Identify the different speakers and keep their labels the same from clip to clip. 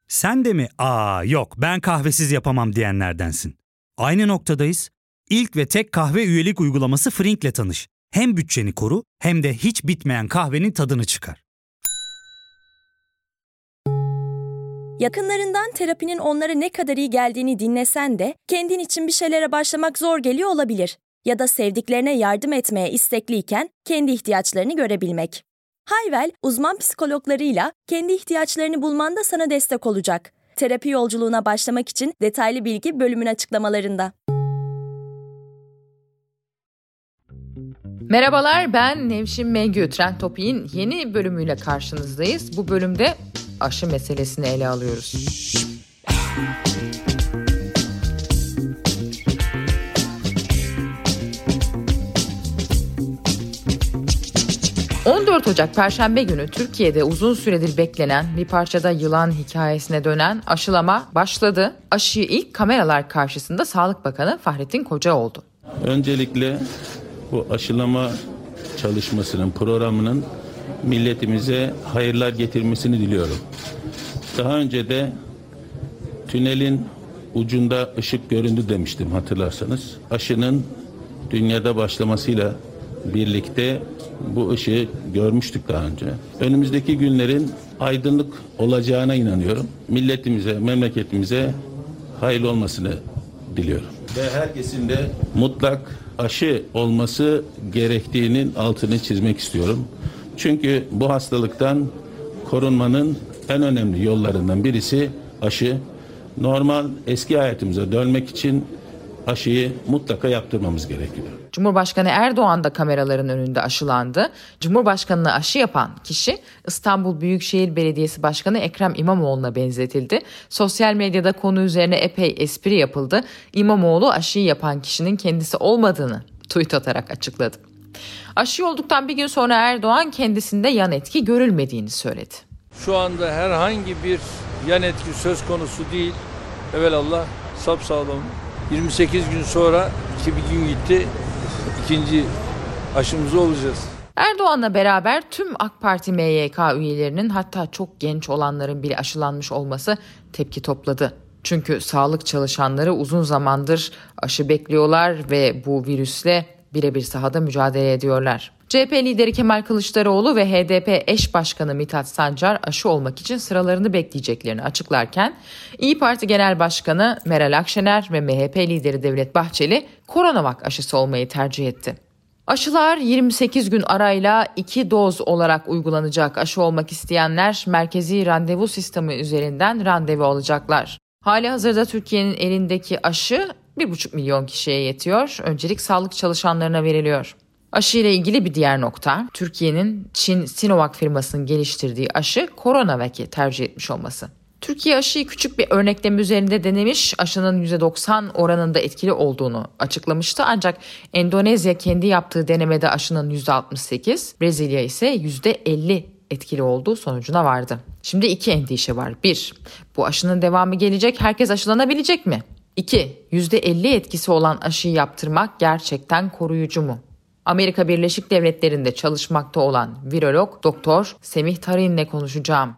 Speaker 1: Sen de mi yok ben kahvesiz yapamam diyenlerdensin? Aynı noktadayız. İlk ve tek kahve üyelik uygulaması Frink'le tanış. Hem bütçeni koru hem de hiç bitmeyen kahvenin tadını çıkar.
Speaker 2: Yakınlarından terapinin onlara ne kadar iyi geldiğini dinlesen de kendin için bir şeylere başlamak zor geliyor olabilir. Ya da sevdiklerine yardım etmeye istekliyken kendi ihtiyaçlarını görebilmek. Hayvel, uzman psikologlarıyla kendi ihtiyaçlarını bulmanda sana destek olacak. Terapi yolculuğuna başlamak için detaylı bilgi bölümün açıklamalarında.
Speaker 3: Merhabalar, ben Nevşin Mengü. Trend Topik'in yeni bölümüyle karşınızdayız. Bu bölümde aşı meselesini ele alıyoruz. 14 Ocak Perşembe günü Türkiye'de uzun süredir beklenen bir parçada yılan hikayesine dönen aşılama başladı. Aşıyı ilk kameralar karşısında Sağlık Bakanı Fahrettin Koca oldu.
Speaker 4: Öncelikle bu aşılama çalışmasının, programının milletimize hayırlar getirmesini diliyorum. Daha önce de tünelin ucunda ışık göründü demiştim hatırlarsanız. Aşının dünyada başlamasıyla birlikte bu ışığı görmüştük daha önce. Önümüzdeki günlerin aydınlık olacağına inanıyorum. Milletimize, memleketimize hayırlı olmasını diliyorum. Ve herkesin de mutlak aşı olması gerektiğinin altını çizmek istiyorum. Çünkü bu hastalıktan korunmanın en önemli yollarından birisi aşı. Normal eski hayatımıza dönmek için aşıyı mutlaka yaptırmamız gerekiyor.
Speaker 3: Cumhurbaşkanı Erdoğan da kameraların önünde aşılandı. Cumhurbaşkanına aşı yapan kişi İstanbul Büyükşehir Belediyesi Başkanı Ekrem İmamoğlu'na benzetildi. Sosyal medyada konu üzerine epey espri yapıldı. İmamoğlu aşıyı yapan kişinin kendisi olmadığını tweet atarak açıkladı. Aşı olduktan bir gün sonra Erdoğan kendisinde yan etki görülmediğini söyledi.
Speaker 5: Şu anda herhangi bir yan etki söz konusu değil. Evelallah sapsağlam. 28 gün sonra bir gün gitti. İkinci aşımızı olacağız.
Speaker 3: Erdoğan'la beraber tüm AK Parti MYK üyelerinin, hatta çok genç olanların bile aşılanmış olması tepki topladı. Çünkü sağlık çalışanları uzun zamandır aşı bekliyorlar ve bu virüsle birebir sahada mücadele ediyorlar. CHP lideri Kemal Kılıçdaroğlu ve HDP eş başkanı Mithat Sancar aşı olmak için sıralarını bekleyeceklerini açıklarken İYİ Parti Genel Başkanı Meral Akşener ve MHP lideri Devlet Bahçeli Coronavac aşısı olmayı tercih etti. Aşılar 28 gün arayla 2 doz olarak uygulanacak. Aşı olmak isteyenler merkezi randevu sistemi üzerinden randevu alacaklar. Halihazırda Türkiye'nin elindeki aşı 1,5 milyon kişiye yetiyor. Öncelik sağlık çalışanlarına veriliyor. Aşı ile ilgili bir diğer nokta, Türkiye'nin Çin Sinovac firmasının geliştirdiği aşı Coronavac'i tercih etmiş olması. Türkiye aşıyı küçük bir örneklem üzerinde denemiş, aşının %90 oranında etkili olduğunu açıklamıştı. Ancak Endonezya kendi yaptığı denemede aşının %68, Brezilya ise %50 etkili olduğu sonucuna vardı. Şimdi iki endişe var. 1. Bu aşının devamı gelecek, herkes aşılanabilecek mi? 2. %50 etkisi olan aşıyı yaptırmak gerçekten koruyucu mu? Amerika Birleşik Devletleri'nde çalışmakta olan virolog Doktor Semih Tarin'le konuşacağım.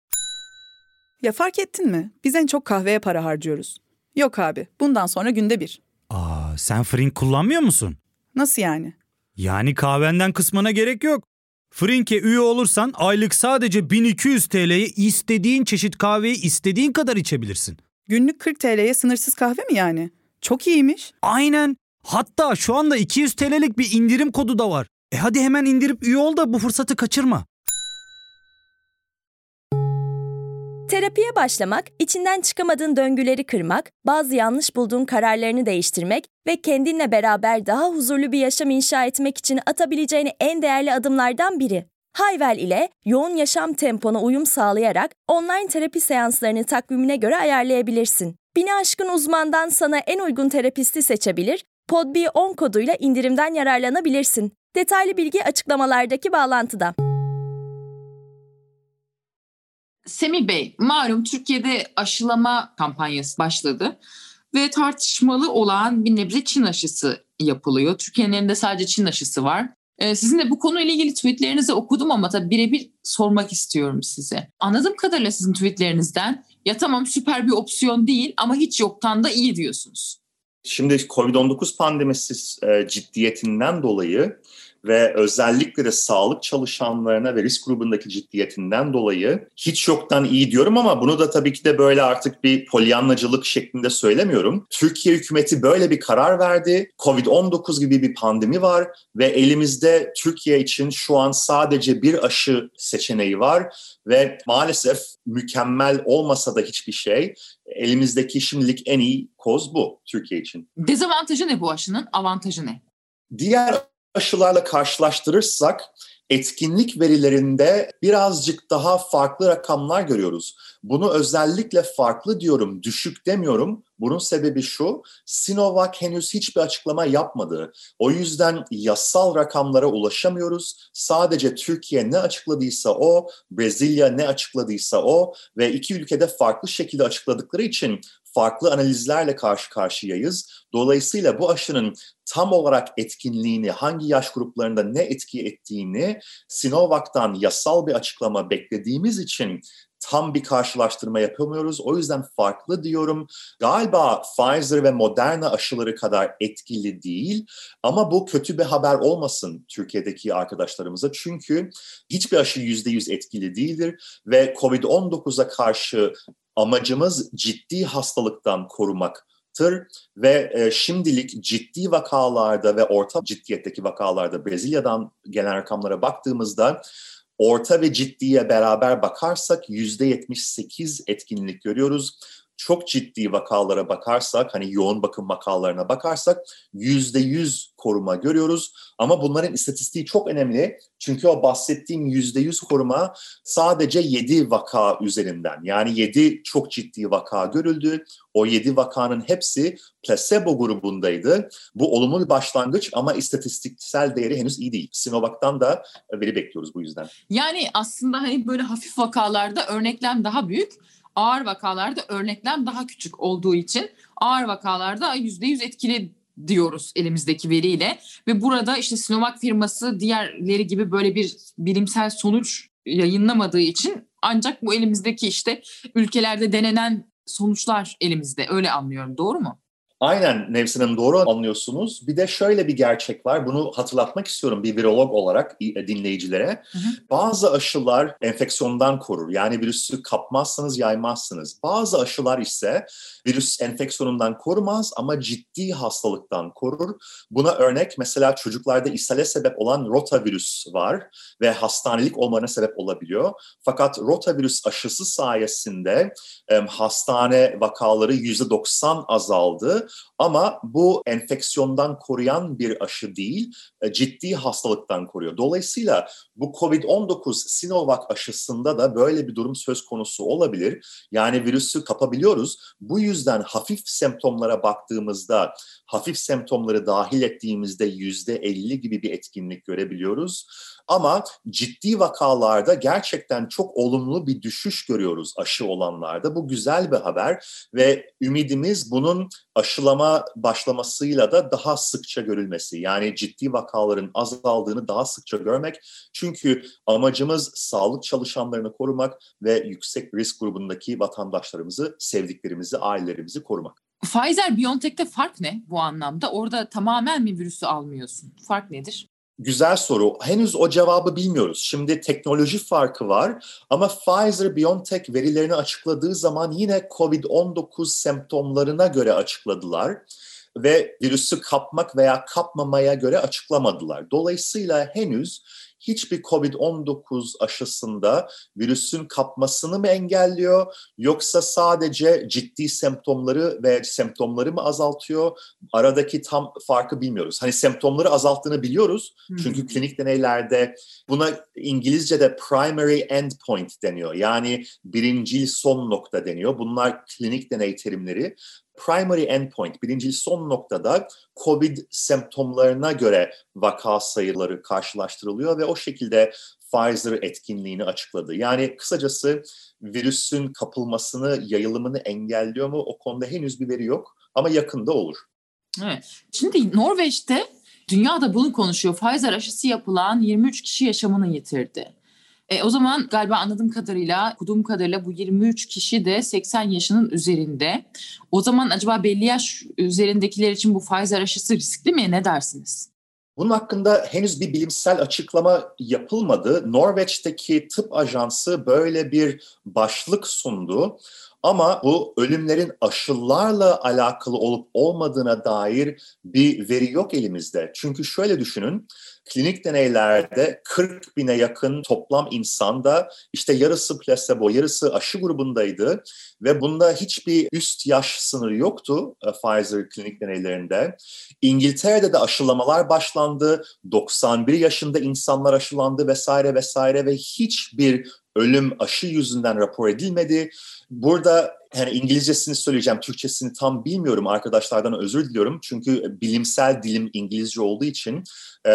Speaker 6: Ya fark ettin mi? Biz en çok kahveye para harcıyoruz. Yok abi, bundan sonra günde bir.
Speaker 1: Sen Frink kullanmıyor musun?
Speaker 6: Nasıl yani?
Speaker 1: Yani kahvenden kısmına gerek yok. Frink'e üye olursan aylık sadece 1200 TL'ye istediğin çeşit kahveyi istediğin kadar içebilirsin.
Speaker 6: Günlük 40 TL'ye sınırsız kahve mi yani? Çok iyiymiş.
Speaker 1: Aynen. Hatta şu anda 200 TL'lik bir indirim kodu da var. Hadi hemen indirip üye ol da bu fırsatı kaçırma.
Speaker 2: Terapiye başlamak, içinden çıkamadığın döngüleri kırmak, bazı yanlış bulduğun kararlarını değiştirmek ve kendinle beraber daha huzurlu bir yaşam inşa etmek için atabileceğin en değerli adımlardan biri. Hayvel ile yoğun yaşam tempona uyum sağlayarak online terapi seanslarını takvimine göre ayarlayabilirsin. 1000'i aşkın uzmandan sana en uygun terapisti seçebilir, PodB10 koduyla indirimden yararlanabilirsin. Detaylı bilgi açıklamalardaki bağlantıda.
Speaker 7: Semih Bey, malum Türkiye'de aşılama kampanyası başladı ve tartışmalı olan bir nebze Çin aşısı yapılıyor. Türkiye'nin elinde sadece Çin aşısı var. Sizin de bu konuyla ilgili tweetlerinizi okudum ama tabii birebir sormak istiyorum size. Anladığım kadarıyla sizin tweetlerinizden Ya tamam, süper bir opsiyon değil ama hiç yoktan da iyi diyorsunuz.
Speaker 8: Şimdi Covid-19 pandemisi ciddiyetinden dolayı ve özellikle de sağlık çalışanlarına ve risk grubundaki ciddiyetinden dolayı hiç yoktan iyi diyorum ama bunu da tabii ki de böyle artık bir polyanlacılık şeklinde söylemiyorum. Türkiye hükümeti böyle bir karar verdi. Covid-19 gibi bir pandemi var ve elimizde Türkiye için şu an sadece bir aşı seçeneği var ve maalesef mükemmel olmasa da hiçbir şey, elimizdeki şimdilik en iyi koz bu Türkiye için.
Speaker 7: Dezavantajı ne bu aşının? Avantajı ne?
Speaker 8: Diğer aşılarla karşılaştırırsak etkinlik verilerinde birazcık daha farklı rakamlar görüyoruz. Bunu özellikle farklı diyorum, düşük demiyorum. Bunun sebebi şu, Sinovac henüz hiçbir açıklama yapmadı. O yüzden yasal rakamlara ulaşamıyoruz. Sadece Türkiye ne açıkladıysa o, Brezilya ne açıkladıysa o ve iki ülkede farklı şekilde açıkladıkları için farklı analizlerle karşı karşıyayız. Dolayısıyla bu aşının tam olarak etkinliğini, hangi yaş gruplarında ne etki ettiğini Sinovac'tan yasal bir açıklama beklediğimiz için tam bir karşılaştırma yapamıyoruz. O yüzden farklı diyorum. Galiba Pfizer ve Moderna aşıları kadar etkili değil ama bu kötü bir haber olmasın Türkiye'deki arkadaşlarımıza. Çünkü hiçbir aşı %100 etkili değildir ve Covid-19'a karşı amacımız ciddi hastalıktan korumaktır ve şimdilik ciddi vakalarda ve orta ciddiyetteki vakalarda Brezilya'dan gelen rakamlara baktığımızda orta ve ciddiye beraber bakarsak %78 etkinlik görüyoruz. Çok ciddi vakalara bakarsak, hani yoğun bakım vakalarına bakarsak %100 koruma görüyoruz. Ama bunların istatistiği çok önemli. Çünkü o bahsettiğim %100 koruma sadece 7 vaka üzerinden. Yani 7 çok ciddi vaka görüldü. O 7 vakanın hepsi placebo grubundaydı. Bu olumlu bir başlangıç ama istatistiksel değeri henüz iyi değil. Sinovac'tan da veri bekliyoruz bu yüzden.
Speaker 7: Yani aslında hani böyle hafif vakalarda örneklem daha büyük. Ağır vakalarda örneklem daha küçük olduğu için ağır vakalarda %100 etkili diyoruz elimizdeki veriyle. Ve burada işte Sinovac firması diğerleri gibi böyle bir bilimsel sonuç yayınlamadığı için ancak bu elimizdeki işte ülkelerde denenen sonuçlar elimizde. Öyle anlıyorum, doğru mu?
Speaker 8: Aynen Nevsin Hanım, doğru anlıyorsunuz. Bir de şöyle bir gerçek var. Bunu hatırlatmak istiyorum bir virolog olarak dinleyicilere. Bazı aşılar enfeksiyondan korur. Yani virüsü kapmazsınız, yaymazsınız. Bazı aşılar ise virüs enfeksiyonundan korumaz ama ciddi hastalıktan korur. Buna örnek mesela çocuklarda ishale sebep olan rotavirüs var ve hastanelik olmalarına sebep olabiliyor. Fakat rotavirüs aşısı sayesinde hastane vakaları %90 azaldı. Ama bu enfeksiyondan koruyan bir aşı değil, ciddi hastalıktan koruyor. Dolayısıyla bu Covid-19 Sinovac aşısında da böyle bir durum söz konusu olabilir. Yani virüsü kapabiliyoruz. Bu yüzden hafif semptomlara baktığımızda, hafif semptomları dahil ettiğimizde %50 gibi bir etkinlik görebiliyoruz. Ama ciddi vakalarda gerçekten çok olumlu bir düşüş görüyoruz aşı olanlarda. Bu güzel bir haber ve ümidimiz bunun aşılama başlamasıyla da daha sıkça görülmesi. Yani ciddi vakaların azaldığını daha sıkça görmek. Çünkü amacımız sağlık çalışanlarını korumak ve yüksek risk grubundaki vatandaşlarımızı, sevdiklerimizi, ailelerimizi korumak.
Speaker 7: Pfizer-BioNTech'te fark ne bu anlamda? Orada tamamen mi virüsü almıyorsun? Fark nedir?
Speaker 8: Güzel soru. Henüz o cevabı bilmiyoruz. Şimdi teknoloji farkı var ama Pfizer-BioNTech verilerini açıkladığı zaman yine COVID-19 semptomlarına göre açıkladılar ve virüsü kapmak veya kapmamaya göre açıklamadılar. Dolayısıyla henüz hiçbir COVID-19 aşısında virüsün kapmasını mı engelliyor yoksa sadece ciddi semptomları ve semptomları mı azaltıyor? Aradaki tam farkı bilmiyoruz. Hani semptomları azalttığını biliyoruz. Çünkü klinik deneylerde buna İngilizce'de primary endpoint deniyor. Yani birincil son nokta deniyor. Bunlar klinik deney terimleri. Primary endpoint, birincil son noktada COVID semptomlarına göre vaka sayıları karşılaştırılıyor ve o şekilde Pfizer etkinliğini açıkladı. Yani kısacası virüsün kapılmasını, yayılımını engelliyor mu? O konuda henüz bir veri yok ama yakında olur.
Speaker 7: Evet. Şimdi Norveç'te dünyada bunu konuşuyor. Pfizer aşısı yapılan 23 kişi yaşamını yitirdi. O zaman galiba okuduğum kadarıyla bu 23 kişi de 80 yaşının üzerinde. O zaman acaba belli yaş üzerindekiler için bu Pfizer aşısı riskli mi? Ne dersiniz?
Speaker 8: Bunun hakkında henüz bir bilimsel açıklama yapılmadı. Norveç'teki tıp ajansı böyle bir başlık sundu. Ama bu ölümlerin aşılarla alakalı olup olmadığına dair bir veri yok elimizde. Çünkü şöyle düşünün, klinik deneylerde 40 bine yakın toplam insanda işte yarısı plasebo, yarısı aşı grubundaydı. Ve bunda hiçbir üst yaş sınırı yoktu Pfizer klinik deneylerinde. İngiltere'de de aşılamalar başlandı, 91 yaşında insanlar aşılandı vesaire vesaire ve hiçbir ölüm aşı yüzünden rapor edilmedi. Burada İngilizcesini söyleyeceğim, Türkçesini tam bilmiyorum. Arkadaşlardan özür diliyorum. Çünkü bilimsel dilim İngilizce olduğu için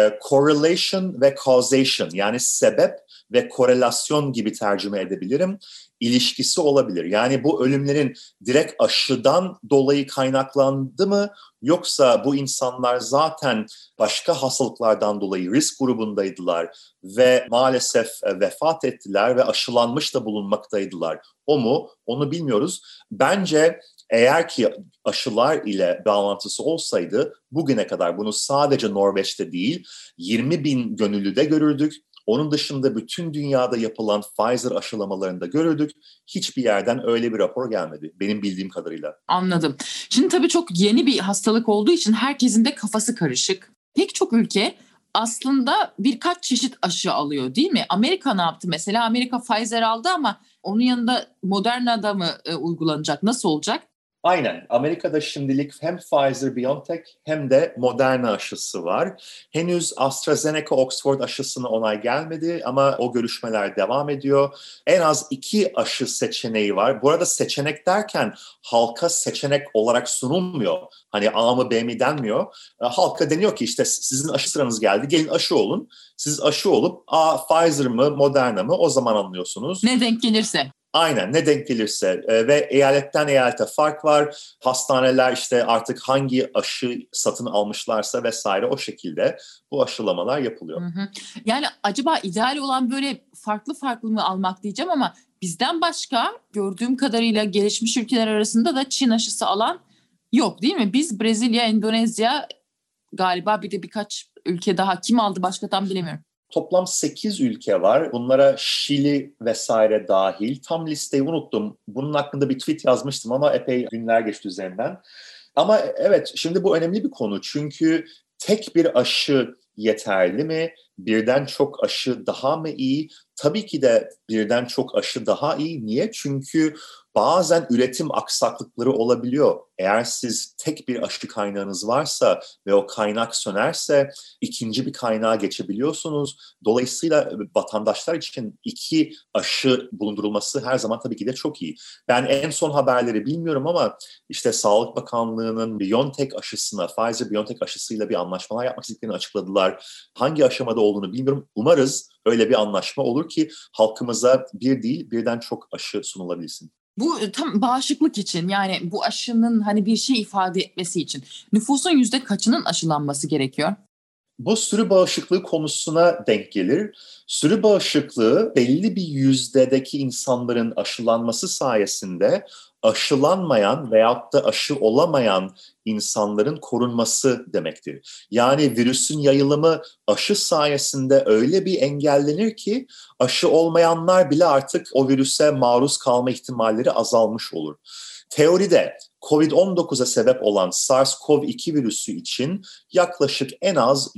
Speaker 8: correlation ve causation, yani sebep ve korelasyon gibi tercüme edebilirim. İlişkisi olabilir. Yani bu ölümlerin direkt aşıdan dolayı kaynaklandı mı? Yoksa bu insanlar zaten başka hastalıklardan dolayı risk grubundaydılar ve maalesef vefat ettiler ve aşılanmış da bulunmaktaydılar. O mu? Onu bilmiyoruz. Bence eğer ki aşılar ile bağlantısı olsaydı bugüne kadar bunu sadece Norveç'te değil 20 bin gönüllüde görürdük. Onun dışında bütün dünyada yapılan Pfizer aşılamalarında görürdük. Hiçbir yerden öyle bir rapor gelmedi benim bildiğim kadarıyla.
Speaker 7: Anladım. Şimdi tabii çok yeni bir hastalık olduğu için herkesin de kafası karışık. Pek çok ülke aslında birkaç çeşit aşı alıyor, değil mi? Amerika ne yaptı mesela? Amerika Pfizer aldı ama onun yanında Moderna'da mı uygulanacak? Nasıl olacak?
Speaker 8: Aynen. Amerika'da şimdilik hem Pfizer-BioNTech hem de Moderna aşısı var. Henüz AstraZeneca-Oxford aşısına onay gelmedi ama o görüşmeler devam ediyor. En az 2 aşı seçeneği var. Bu arada seçenek derken halka seçenek olarak sunulmuyor. Hani A mı B mi denmiyor. Halka deniyor ki işte sizin aşı sıranız geldi, gelin aşı olun. Siz aşı olup Pfizer mı Moderna mı o zaman anlıyorsunuz.
Speaker 7: Ne denk gelirse.
Speaker 8: Aynen, ne denk gelirse ve eyaletten eyalete fark var. Hastaneler işte artık hangi aşı satın almışlarsa vesaire o şekilde bu aşılamalar yapılıyor.
Speaker 7: Yani acaba ideal olan böyle farklı farklı mı almak diyeceğim ama bizden başka gördüğüm kadarıyla gelişmiş ülkeler arasında da Çin aşısı alan yok, değil mi? Biz Brezilya, Endonezya, galiba bir de birkaç ülke daha, kim aldı başka tam bilemiyorum.
Speaker 8: Toplam 8 ülke var. Bunlara Şili vesaire dahil. Tam listeyi unuttum. Bunun hakkında bir tweet yazmıştım ama epey günler geçti üzerinden. Ama evet, şimdi bu önemli bir konu. Çünkü tek bir aşı yeterli mi? Birden çok aşı daha mı iyi? Tabii ki de birden çok aşı daha iyi. Niye? Çünkü bazen üretim aksaklıkları olabiliyor. Eğer siz tek bir aşı kaynağınız varsa ve o kaynak sönerse ikinci bir kaynağa geçebiliyorsunuz. Dolayısıyla vatandaşlar için 2 aşı bulundurulması her zaman tabii ki de çok iyi. Ben en son haberleri bilmiyorum ama işte Sağlık Bakanlığı'nın BioNTech aşısına, Pfizer-BioNTech aşısıyla bir anlaşmalar yapmak istediklerini açıkladılar. Hangi aşamada olduğunu bilmiyorum. Umarız öyle bir anlaşma olur ki halkımıza bir değil birden çok aşı sunulabilsin.
Speaker 7: Bu tam bağışıklık için, yani bu aşının hani bir şey ifade etmesi için nüfusun %kaçının aşılanması gerekiyor?
Speaker 8: Bu sürü bağışıklığı konusuna denk gelir. Sürü bağışıklığı belli bir yüzdedeki insanların aşılanması sayesinde aşılanmayan veyahut da aşı olamayan insanların korunması demektir. Yani virüsün yayılımı aşı sayesinde öyle bir engellenir ki aşı olmayanlar bile artık o virüse maruz kalma ihtimalleri azalmış olur. Teoride COVID-19'a sebep olan SARS-CoV-2 virüsü için yaklaşık en az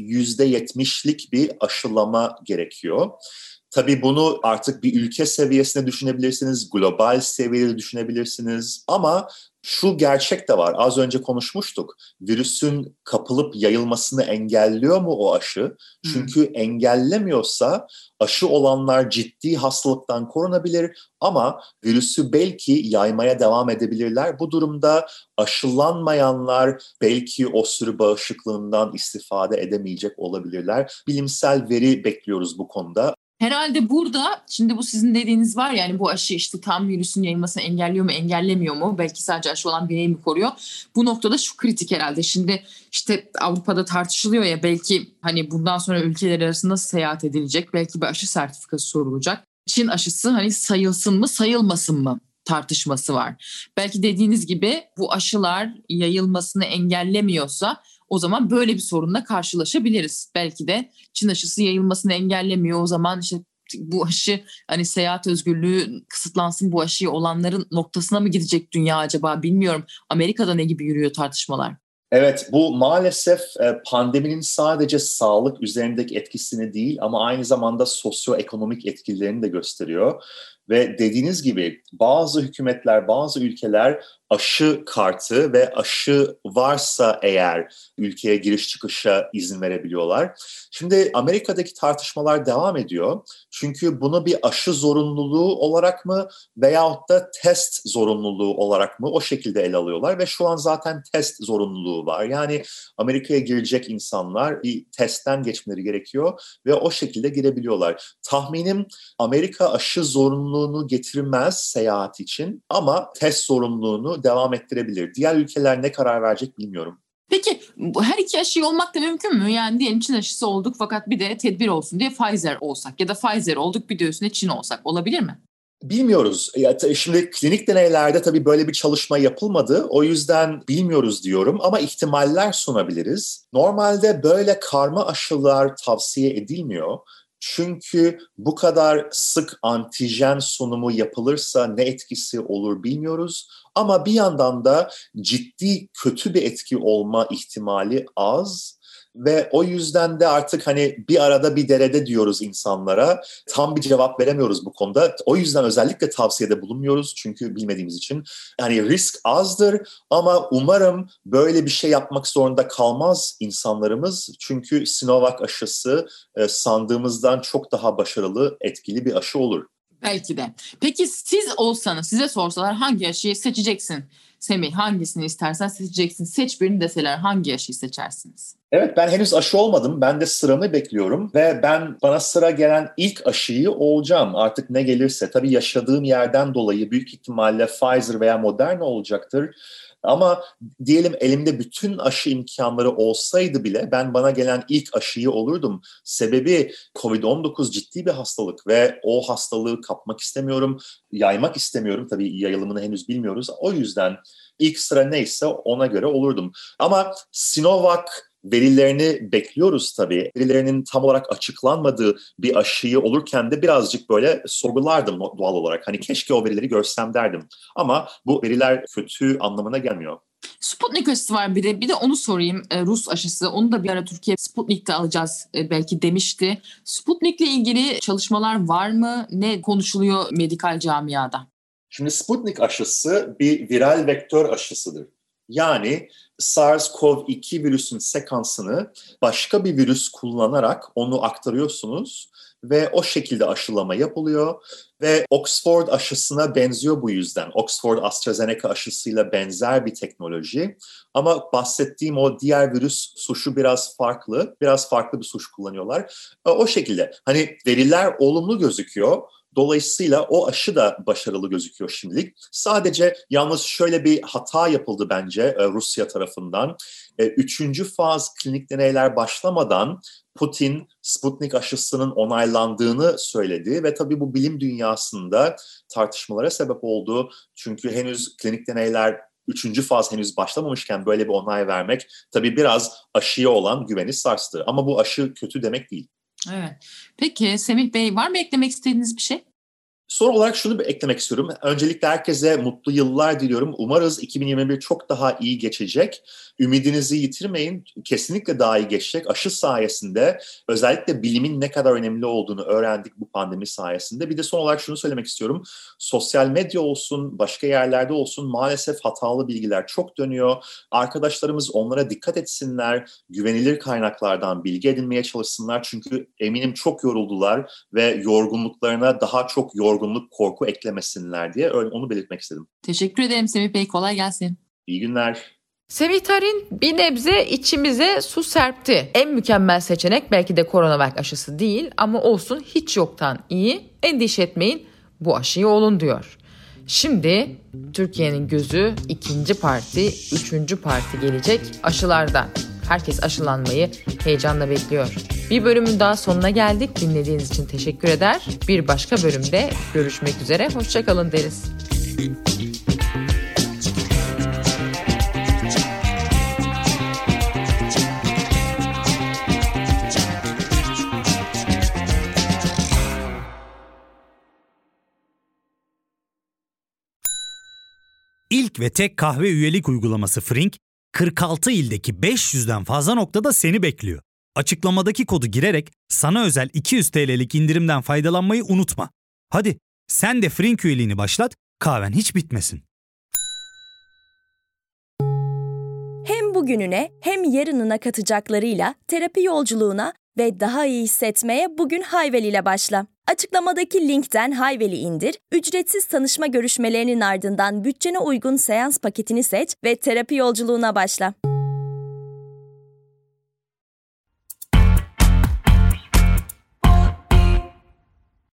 Speaker 8: %70'lik bir aşılama gerekiyor. Tabii bunu artık bir ülke seviyesinde düşünebilirsiniz, global seviyede düşünebilirsiniz ama şu gerçek de var. Az önce konuşmuştuk. Virüsün kapılıp yayılmasını engelliyor mu o aşı? Çünkü engellemiyorsa aşı olanlar ciddi hastalıktan korunabilir ama virüsü belki yaymaya devam edebilirler. Bu durumda aşılanmayanlar belki o sürü bağışıklığından istifade edemeyecek olabilirler. Bilimsel veri bekliyoruz bu konuda.
Speaker 7: Herhalde burada şimdi bu sizin dediğiniz var, yani bu aşı işte tam virüsün yayılmasını engelliyor mu engellemiyor mu? Belki sadece aşı olan bireyi mi koruyor? Bu noktada şu kritik herhalde. Şimdi işte Avrupa'da tartışılıyor ya, belki hani bundan sonra ülkeler arasında seyahat edilecek. Belki bir aşı sertifikası sorulacak. Çin aşısı hani sayılsın mı sayılmasın mı tartışması var. Belki dediğiniz gibi bu aşılar yayılmasını engellemiyorsa o zaman böyle bir sorunla karşılaşabiliriz. Belki de Çin aşısı yayılmasını engellemiyor. O zaman işte bu aşı hani seyahat özgürlüğü kısıtlansın, bu aşıyı olanların noktasına mı gidecek dünya acaba bilmiyorum. Amerika'da ne gibi yürüyor tartışmalar?
Speaker 8: Evet, bu maalesef pandeminin sadece sağlık üzerindeki etkisini değil ama aynı zamanda sosyoekonomik etkilerini de gösteriyor. Ve dediğiniz gibi bazı hükümetler, bazı ülkeler aşı kartı ve aşı varsa eğer ülkeye giriş çıkışa izin verebiliyorlar. Şimdi Amerika'daki tartışmalar devam ediyor. Çünkü bunu bir aşı zorunluluğu olarak mı veyahut da test zorunluluğu olarak mı o şekilde ele alıyorlar ve şu an zaten test zorunluluğu var. Yani Amerika'ya girecek insanlar bir testten geçmeleri gerekiyor ve o şekilde girebiliyorlar. Tahminim Amerika aşı zorunluluğunu getirmez seyahat için ama test zorunluluğunu devam ettirebilir. Diğer ülkeler ne karar verecek bilmiyorum.
Speaker 7: Peki her iki aşıyı olmak da mümkün mü? Yani diyelim Çin aşısı olduk fakat bir de tedbir olsun diye Pfizer olsak ya da Pfizer olduk bir de üstüne Çin olsak olabilir mi?
Speaker 8: Bilmiyoruz. Şimdi klinik deneylerde tabii böyle bir çalışma yapılmadı. O yüzden bilmiyoruz diyorum ama ihtimaller sunabiliriz. Normalde böyle karma aşılar tavsiye edilmiyor. Çünkü bu kadar sık antijen sunumu yapılırsa ne etkisi olur bilmiyoruz. Ama bir yandan da ciddi kötü bir etki olma ihtimali az. Ve o yüzden de artık hani bir arada bir derede diyoruz insanlara. Tam bir cevap veremiyoruz bu konuda. O yüzden özellikle tavsiyede bulunmuyoruz çünkü bilmediğimiz için. Yani risk azdır ama umarım böyle bir şey yapmak zorunda kalmaz insanlarımız. Çünkü Sinovac aşısı sandığımızdan çok daha başarılı, etkili bir aşı olur.
Speaker 7: Belki de. Peki siz olsanız, size sorsalar hangi aşıyı seçeceksin? Semih, hangisini istersen seçeceksin. Seç birini deseler hangi aşıyı seçersiniz?
Speaker 8: Evet, ben henüz aşı olmadım. Ben de sıramı bekliyorum ve bana sıra gelen ilk aşıyı olacağım. Artık ne gelirse. Tabii yaşadığım yerden dolayı büyük ihtimalle Pfizer veya Moderna olacaktır. Ama diyelim elimde bütün aşı imkanları olsaydı bile ben bana gelen ilk aşıyı olurdum. Sebebi COVID-19 ciddi bir hastalık ve o hastalığı kapmak istemiyorum, yaymak istemiyorum. Tabii yayılımını henüz bilmiyoruz. O yüzden ilk sıra neyse ona göre olurdum. Ama Sinovac verilerini bekliyoruz tabii. Verilerinin tam olarak açıklanmadığı bir aşıyı olurken de birazcık böyle sorgulardım doğal olarak. Hani keşke o verileri görsem derdim. Ama bu veriler kötü anlamına gelmiyor.
Speaker 7: Sputnik aşısı var bir de onu sorayım. Rus aşısı. Onu da bir ara Türkiye Sputnik'te alacağız belki demişti. Sputnik'le ilgili çalışmalar var mı? Ne konuşuluyor medikal camiada?
Speaker 8: Şimdi Sputnik aşısı bir viral vektör aşısıdır. Yani SARS-CoV-2 virüsün sekansını başka bir virüs kullanarak onu aktarıyorsunuz ve o şekilde aşılama yapılıyor ve Oxford aşısına benziyor bu yüzden. Oxford AstraZeneca aşısıyla benzer bir teknoloji ama bahsettiğim o diğer virüs suşu biraz farklı bir suş kullanıyorlar. O şekilde hani veriler olumlu gözüküyor. Dolayısıyla o aşı da başarılı gözüküyor şimdilik. Sadece yalnız şöyle bir hata yapıldı bence Rusya tarafından. 3. faz klinik deneyler başlamadan Putin Sputnik aşısının onaylandığını söyledi ve tabii bu bilim dünyasında tartışmalara sebep oldu. Çünkü henüz klinik deneyler 3. faz henüz başlamamışken böyle bir onay vermek tabii biraz aşıya olan güveni sarstı. Ama bu aşı kötü demek değil.
Speaker 7: Evet. Peki Semih Bey, var mı eklemek istediğiniz bir şey?
Speaker 8: Son olarak şunu eklemek istiyorum. Öncelikle herkese mutlu yıllar diliyorum. Umarız 2021 çok daha iyi geçecek. Ümidinizi yitirmeyin. Kesinlikle daha iyi geçecek. Aşı sayesinde özellikle bilimin ne kadar önemli olduğunu öğrendik bu pandemi sayesinde. Bir de son olarak şunu söylemek istiyorum. Sosyal medya olsun, başka yerlerde olsun maalesef hatalı bilgiler çok dönüyor. Arkadaşlarımız onlara dikkat etsinler. Güvenilir kaynaklardan bilgi edinmeye çalışsınlar. Çünkü eminim çok yoruldular ve yorgunluklarına daha çok yorgunluk, korku eklemesinler diye onu belirtmek istedim.
Speaker 7: Teşekkür ederim Semih Bey. Kolay gelsin.
Speaker 8: İyi günler.
Speaker 3: Semih Tarin bir nebze içimize su serpti. En mükemmel seçenek belki de CoronaVac aşısı değil ama olsun, hiç yoktan iyi. Endişe etmeyin, bu aşıyı olun diyor. Şimdi Türkiye'nin gözü 2. parti, 3. parti gelecek aşılarda. Herkes aşılanmayı heyecanla bekliyor. Bir bölümün daha sonuna geldik. Dinlediğiniz için teşekkür eder. Bir başka bölümde görüşmek üzere. Hoşça kalın deriz.
Speaker 1: İlk ve tek kahve üyelik uygulaması Frink, 46 ildeki 500'den fazla noktada seni bekliyor. Açıklamadaki kodu girerek sana özel 200 TL'lik indirimden faydalanmayı unutma. Hadi sen de Frink üyeliğini başlat, kahven hiç bitmesin.
Speaker 2: Hem bugününe hem yarınına katacaklarıyla terapi yolculuğuna ve daha iyi hissetmeye bugün Hayvel ile başla. Açıklamadaki linkten Hayvel'i indir, ücretsiz tanışma görüşmelerinin ardından bütçene uygun seans paketini seç ve terapi yolculuğuna başla.